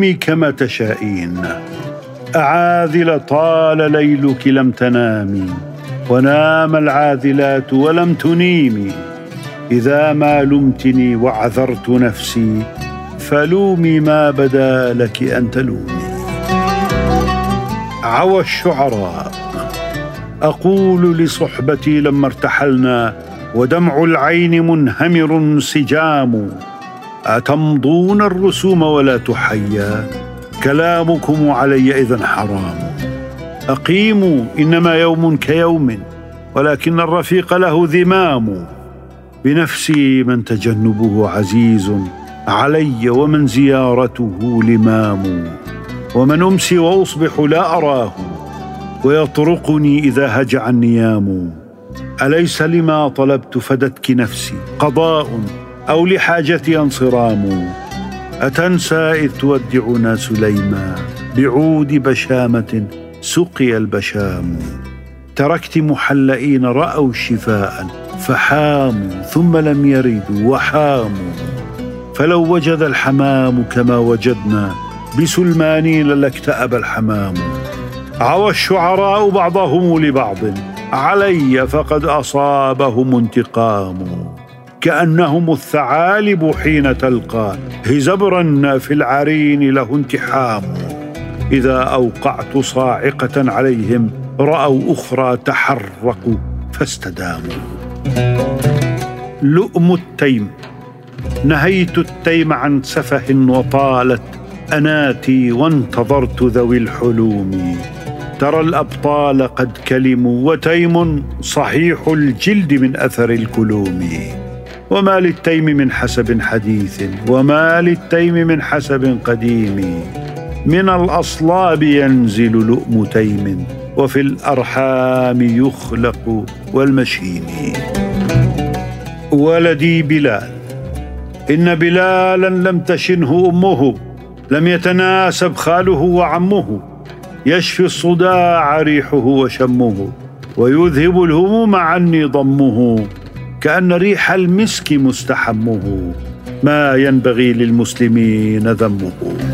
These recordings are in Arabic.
لومي كما تشائين. أعاذل طال ليلك لم تنامي، ونام العاذلات ولم تنيمي. إذا ما لمتني وعذرت نفسي، فلومي ما بدا لك أن تلومي. عوى الشعراء. أقول لصحبتي لما ارتحلنا ودمع العين منهمر انسجام: أتمضون الرسوم ولا تحيا؟ كلامكم علي إذن حرام. أقيموا، إنما يوم كيوم، ولكن الرفيق له ذمام. بنفسي من تجنبه عزيز علي، ومن زيارته لمام. ومن أمسي وأصبح لا أراه، ويطرقني إذا هجع النيام. أليس لما طلبت فدتك نفسي قضاء، أو لحاجتي انصرام؟ أتنسى إذ تودعنا سليما، بعود بشامة سقي البشام. تركت محلئين رأوا شفاء، فحاموا ثم لم يردوا وحاموا. فلو وجد الحمام كما وجدنا بسلمانين لاكتأب الحمام. عوى الشعراء بعضهم لبعض، علي فقد أصابهم انتقام. كأنهم الثعالب حين تلقى هزبرا في العرين له انتحام. إذا أوقعت صاعقة عليهم رأوا أخرى تحرقوا فاستداموا. لؤم التيم. نهيت التيم عن سفه، وطالت أناتي وانتظرت ذوي الحلوم. ترى الأبطال قد كلموا، وتيم صحيح الجلد من أثر الكلوم. وما للتيم من حسب حديث، وما للتيم من حسب قديم. من الأصلاب ينزل لؤم تيم، وفي الأرحام يخلق والمشيم. ولدي بلال. إن بلالا لم تشنه أمه، لم يتناسب خاله وعمه. يشفي الصداع ريحه وشمه، ويذهب الهموم عني ضمه. كأن ريح المسك مستحمه، ما ينبغي للمسلمين ذمه.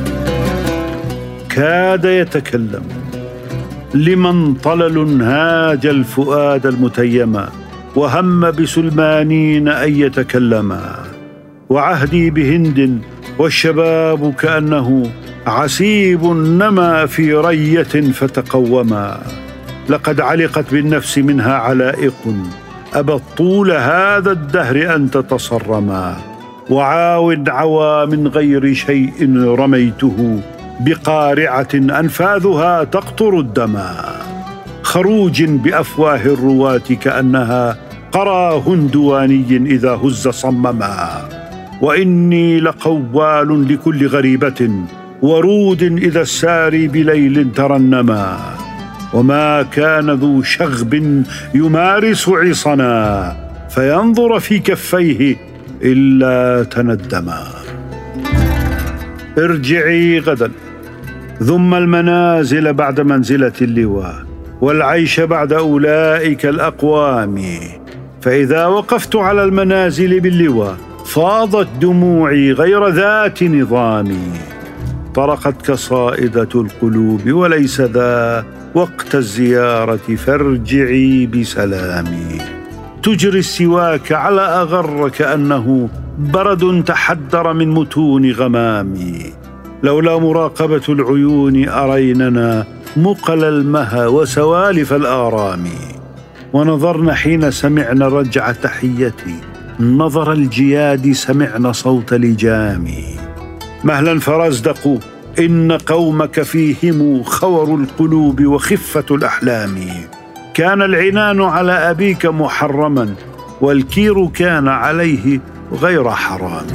كاد يتكلم لمن طلل هاج الفؤاد المتيما، وهم بسلمانين أن يتكلما. وعهدي بهند والشباب كأنه عسيب نما في رية فتقوما. لقد علقت بالنفس منها علائق، أبت طول هذا الدهر أن تتصرما. وعاود عوى من غير شيء رميته، بقارعة أنفاذها تقطر الدما. خروج بأفواه الرواة كأنها قرى هندواني إذا هز صمما. وإني لقوال لكل غريبة، ورود إذا الساري بليل ترنما. وما كان ذو شغب يمارس عصنا، فينظر في كفيه إلا تندما. ارجعي غدا، ثم المنازل بعد منزلة اللواء، والعيش بعد أولئك الأقوام. فإذا وقفت على المنازل باللواء، فاضت دموعي غير ذات نظام. طرقت كصائدة القلوب، وليس ذا وقت الزيارة، فارجعي بسلامي. تجري السواك على أغر، كأنه برد تحدر من متون غمامي. لولا مراقبة العيون أريننا مقل المها وسوالف الآرام. ونظرنا حين سمعنا رجع تحيتي، نظر الجياد سمعنا صوت لجامي. مهلا فرزدق، إن قومك فيهم خور القلوب وخفة الأحلام. كان العنان على أبيك محرما، والكير كان عليه غير حرام.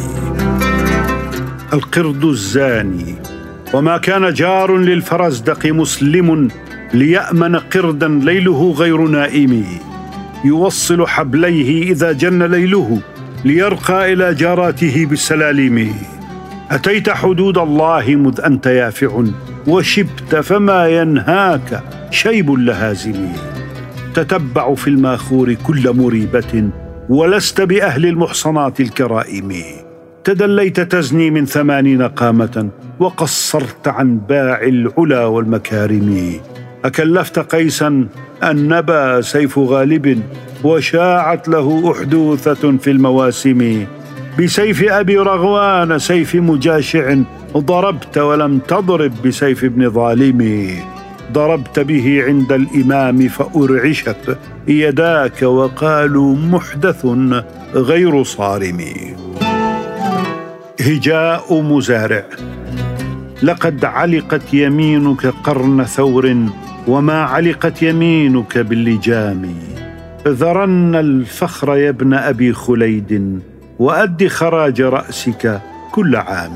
القرد الزاني. وما كان جار للفرزدق مسلم، ليأمن قردا ليله غير نائم. يوصل حبليه إذا جن ليله، ليرقى إلى جاراته بالسلالم. أتيت حدود الله مذ أنت يافع، وشبت فما ينهاك شيب اللهازم. تتبع في الماخور كل مريبة، ولست بأهل المحصنات الكرائم. تدليت تزني من 80 قامة، وقصرت عن باع العلا والمكارم. أكلفت قيسا أن نبى سيف غالب، وشاعت له أحدوثة في المواسم. بسيف أبي رغوان سيف مجاشع ضربت، ولم تضرب بسيف ابن ظالم. ضربت به عند الإمام فأرعشت يداك، وقالوا محدث غير صارم. هجاء مزارع. لقد علقت يمينك قرن ثور، وما علقت يمينك باللجام. ذرن الفخر يا ابن أبي خليد، وأد خراج رأسك كل عام.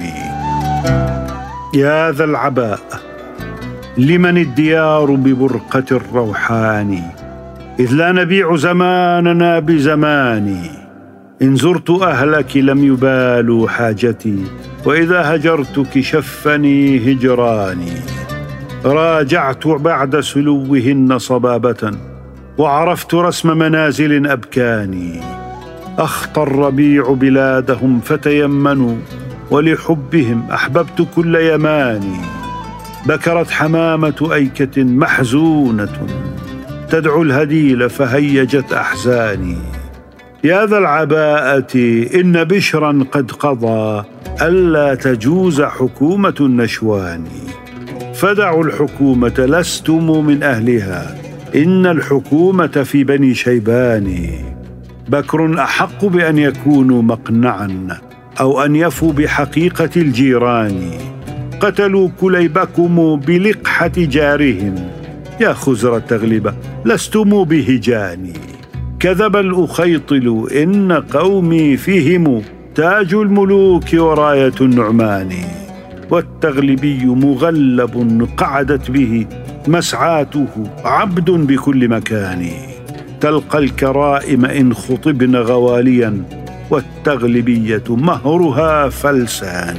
يا ذا العباء، لمن الديار ببرقة الروحان، إذ لا نبيع زماننا بزمان. إن زرت أهلك لم يبالوا حاجتي، وإذا هجرتك شفني هجراني. راجعت بعد سلوهن صبابة، وعرفت رسم منازل أبكاني. أخطى الربيع بلادهم فتيمنوا، ولحبهم أحببت كل يماني. بكرت حمامة أيكة محزونة، تدعو الهديل فهيجت أحزاني. يا ذا العباءة، إن بشرا قد قضى ألا تجوز حكومة النشوان. فدعوا الحكومة، لستم من أهلها، إن الحكومة في بني شيبان. بكر أحق بأن يكونوا مقنعا، أو أن يفوا بحقيقة الجيران. قتلوا كليبكم بلقحة جارهم، يا خزر التغلبة لستم بهجان. كذب الأخيطل، إن قومي فيهم تاج الملوك وراية النعمان. والتغلبي مغلب قعدت به مسعاته، عبد بكل مكان. تلقى الكرائم إن خطبن غواليا، والتغلبية مهرها فلسان.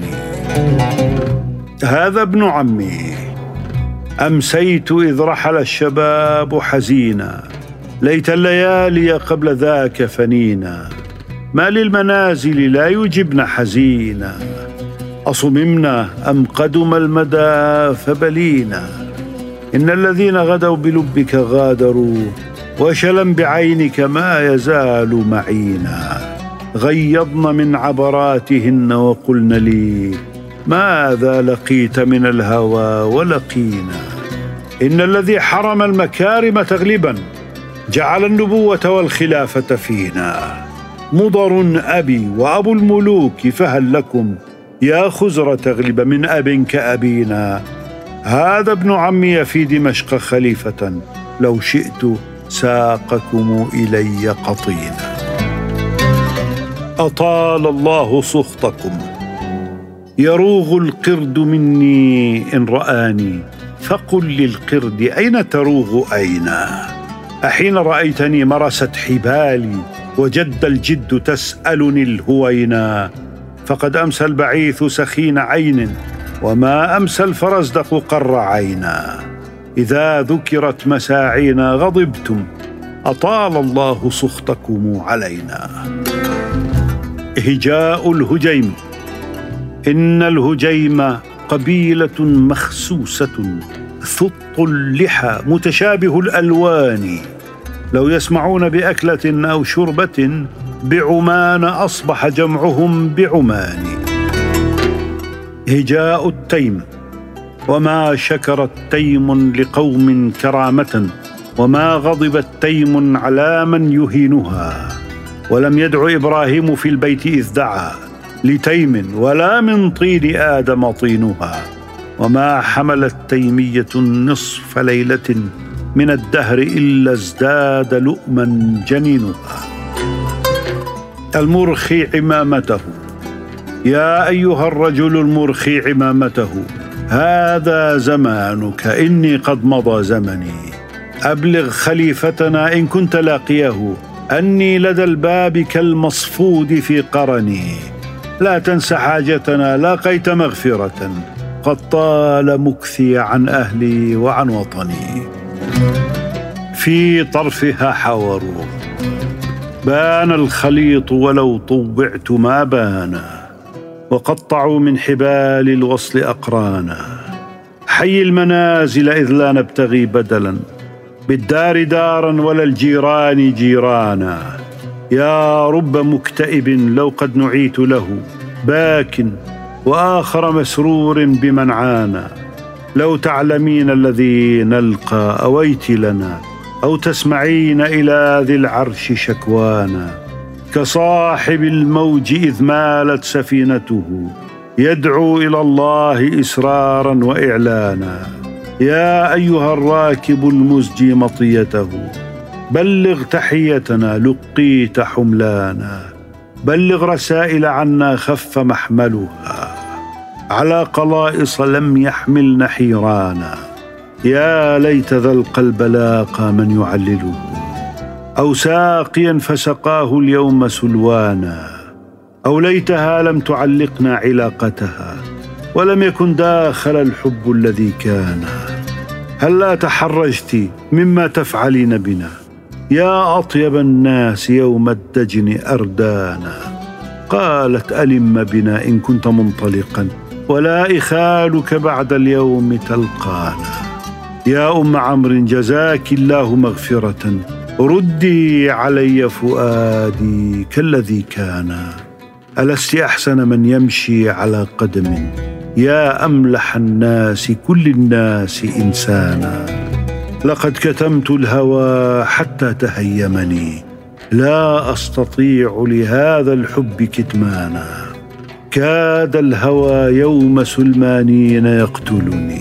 هذا ابن عمي، أمسيت إذ رحل الشباب حزينا، ليت الليالي قبل ذاك فنينا. ما للمنازل لا يجبن حزينا، أصممنا أم قدم المدى فبلينا. إن الذين غدوا بلبك غادروا، وشلا بعينك ما يزال معينا. غيضن من عبراتهن وقلن لي، ماذا لقيت من الهوى ولقينا. إن الذي حرم المكارم تغلبا، جعل النبوة والخلافة فينا. مضر أبي وأبو الملوك، فهل لكم يا خزر تغلب من أب كأبينا. هذا ابن عمي في دمشق خليفة، لو شئت ساقكم إلي قطينا. أطال الله سخطكم، يروغ القرد مني إن رآني. فقل للقرد أين تروغ أين. أحين رأيتني مرست حبالي، وجد الجد تسألني الهوينا. فقد أمسى البعيث سخين عين، وما أمسى الفرزدق قر عينا. إذا ذكرت مساعينا غضبتم، أطال الله سخطكم علينا. هجاء الهجيم. إن الهجيم قبيلة مخسوسة، ثط اللحى متشابه الألوان. لو يسمعون بأكلة أو شربة بعمان، أصبح جمعهم بعمان. هجاء التيم. وما شكر التيم لقوم كرامة، وما غضب التيم على من يهينها. ولم يدع إبراهيم في البيت إذ دعا لتيم، ولا من طين آدم طينها. وما حملت تيمية نصف ليلة من الدهر إلا ازداد لؤما جنينها. المرخي عمامته. يا أيها الرجل المرخي عمامته، هذا زمانك، إني قد مضى زمني. أبلغ خليفتنا إن كنت لاقيه، أني لدى الباب كالمصفود في قرني. لا تنس حاجتنا، لاقيت مغفرة، قد طال مكثي عن أهلي وعن وطني. في طرفها حوروا، بان الخليط ولو طوعت ما بان. وقطعوا من حبال الوصل أقرانا. حي المنازل إذ لا نبتغي بدلا، بالدار دارا ولا الجيران جيرانا. يا رب مكتئب لو قد نعيت له، باك وآخر مسرور بمن عانى. لو تعلمين الذي نلقى أويت لنا، أو تسمعين إلى ذي العرش شكوانا. كصاحب الموج إذ مالت سفينته، يدعو إلى الله إسرارا وإعلانا. يا أيها الراكب المزجي مطيته، بلغ تحيتنا لقيت حملانا. بلغ رسائل عنا خف محملها، على قلائص لم يحملن حيرانا. يا ليت ذا القلب لاقى من يعلله، أو ساقيا فسقاه اليوم سلوانا. أو ليتها لم تعلقنا علاقتها، ولم يكن داخل الحب الذي كان. هلا تحرجت مما تفعلين بنا، يا أطيب الناس يوم الدجن أردانا. قالت ألم بنا إن كنت منطلقا، ولا إخالك بعد اليوم تلقانا. يا أم عمرو جزاك الله مغفرة، ردي علي فؤادي كالذي كان. ألست أحسن من يمشي على قدم، يا أملح الناس كل الناس إنسانا. لقد كتمت الهوى حتى تهيمني، لا أستطيع لهذا الحب كتمانا. كاد الهوى يوم سلمانين يقتلني،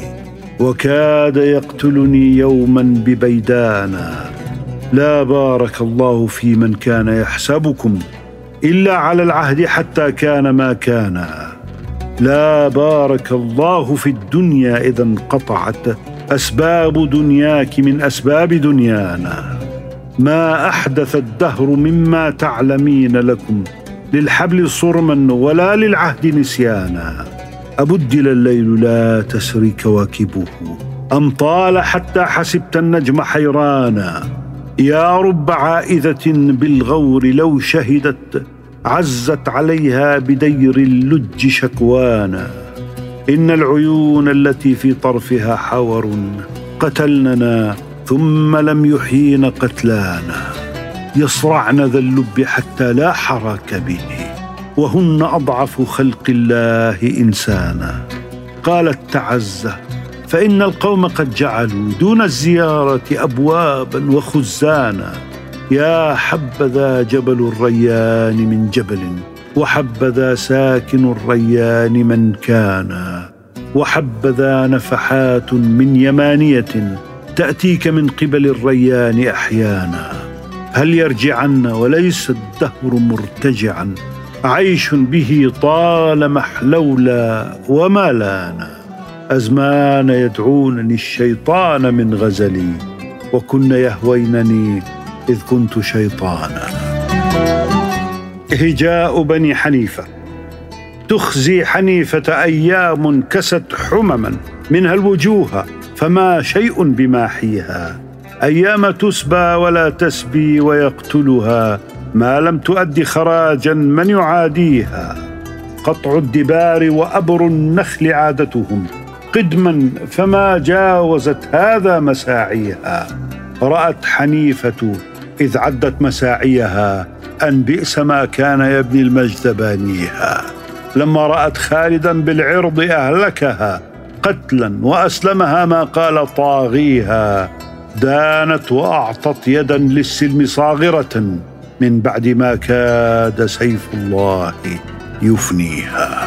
وكاد يقتلني يوما ببيدانا. لا بارك الله في من كان يحسبكم إلا على العهد حتى كان ما كان. لا بارك الله في الدنيا إذا انقطعت أسباب دنياك من أسباب دنيانا. ما أحدث الدهر مما تعلمين لكم، للحبل صرما ولا للعهد نسيانا. أبدل الليل لا تسري كواكبه، أم طال حتى حسبت النجم حيرانا. يا رب عائذة بالغور لو شهدت، عزت عليها بدير اللج شكوانا. إن العيون التي في طرفها حور قتلننا، ثم لم يحيين قتلانا. يصرعن ذا اللب حتى لا حراك به، وهن أضعف خلق الله إنسانا. قالت تعزى فإن القوم قد جعلوا دون الزيارة أبوابا وخزانا. يا حبذا جبل الريان من جبل، وحبذا ساكن الريان من كان. وحبذا نفحات من يمانية تأتيك من قبل الريان أحيانا. هل يرجعن وليس الدهر مرتجعا، عيش به طال محلولا وما لانا. أزمان يدعونني الشيطان من غزلي، وكن يهوينني إذ كنت شيطانا. هجاء بني حنيفة. تخزي حنيفة أيام كست حمما منها الوجوه، فما شيء بماحيها. أيام تسبى ولا تسبي، ويقتلها ما لم تؤد خراجا من يعاديها. قطع الدبار وأبر النخل عادتهم، قدما فما جاوزت هذا مساعيها. رأت حنيفة إذ عدت مساعيها، أن بئس ما كان يبني المجد بانيها. لما رأت خالدا بالعرض أهلكها قتلا، وأسلمها ما قال طاغيها. دانت وأعطت يدا للسلم صاغرة، من بعد ما كاد سيف الله يفنيها.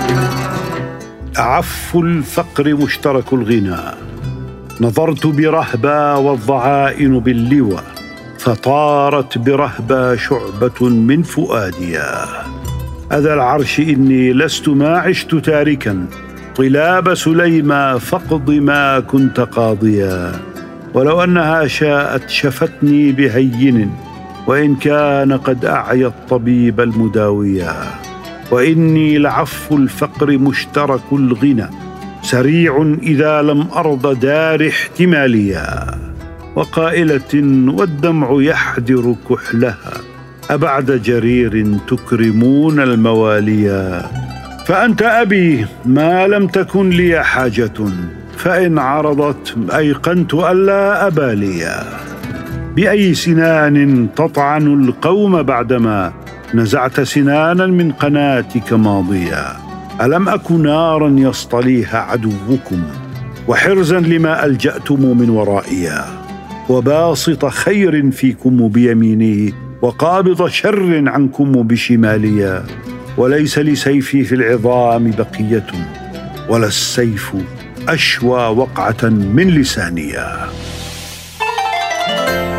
عف الفقر مشترك الغنى، نظرت برهبا والضعائن باللوى، فطارت برهبا شعبة من فؤاديا. أذا العرش إني لست ما عشت تاركا، طلاب سليما فاقض ما كنت قاضيا. ولو أنها شاءت شفتني بهين، وإن كان قد أعيا الطبيب المداويا. وإني لعف الفقر مشترك الغنى، سريع إذا لم أرض دار احتماليا. وقائلة والدمع يحدر كحلها، أبعد جرير تكرمون المواليا. فأنت أبي ما لم تكن لي حاجة، فإن عرضت أيقنت ألا أبا لي. بأي سنان تطعن القوم بعدما نزعت سنانا من قناتك ماضيا؟ ألم أك نارا يصطليها عدوكم، وحرزا لما ألجأتم من ورائيا، وباسط خير فيكم بيمينه، وقابض شر عنكم بشماليا؟ وليس لسيفي في العظام بقية، ولا السيف أشوى وقعة من لسانيا.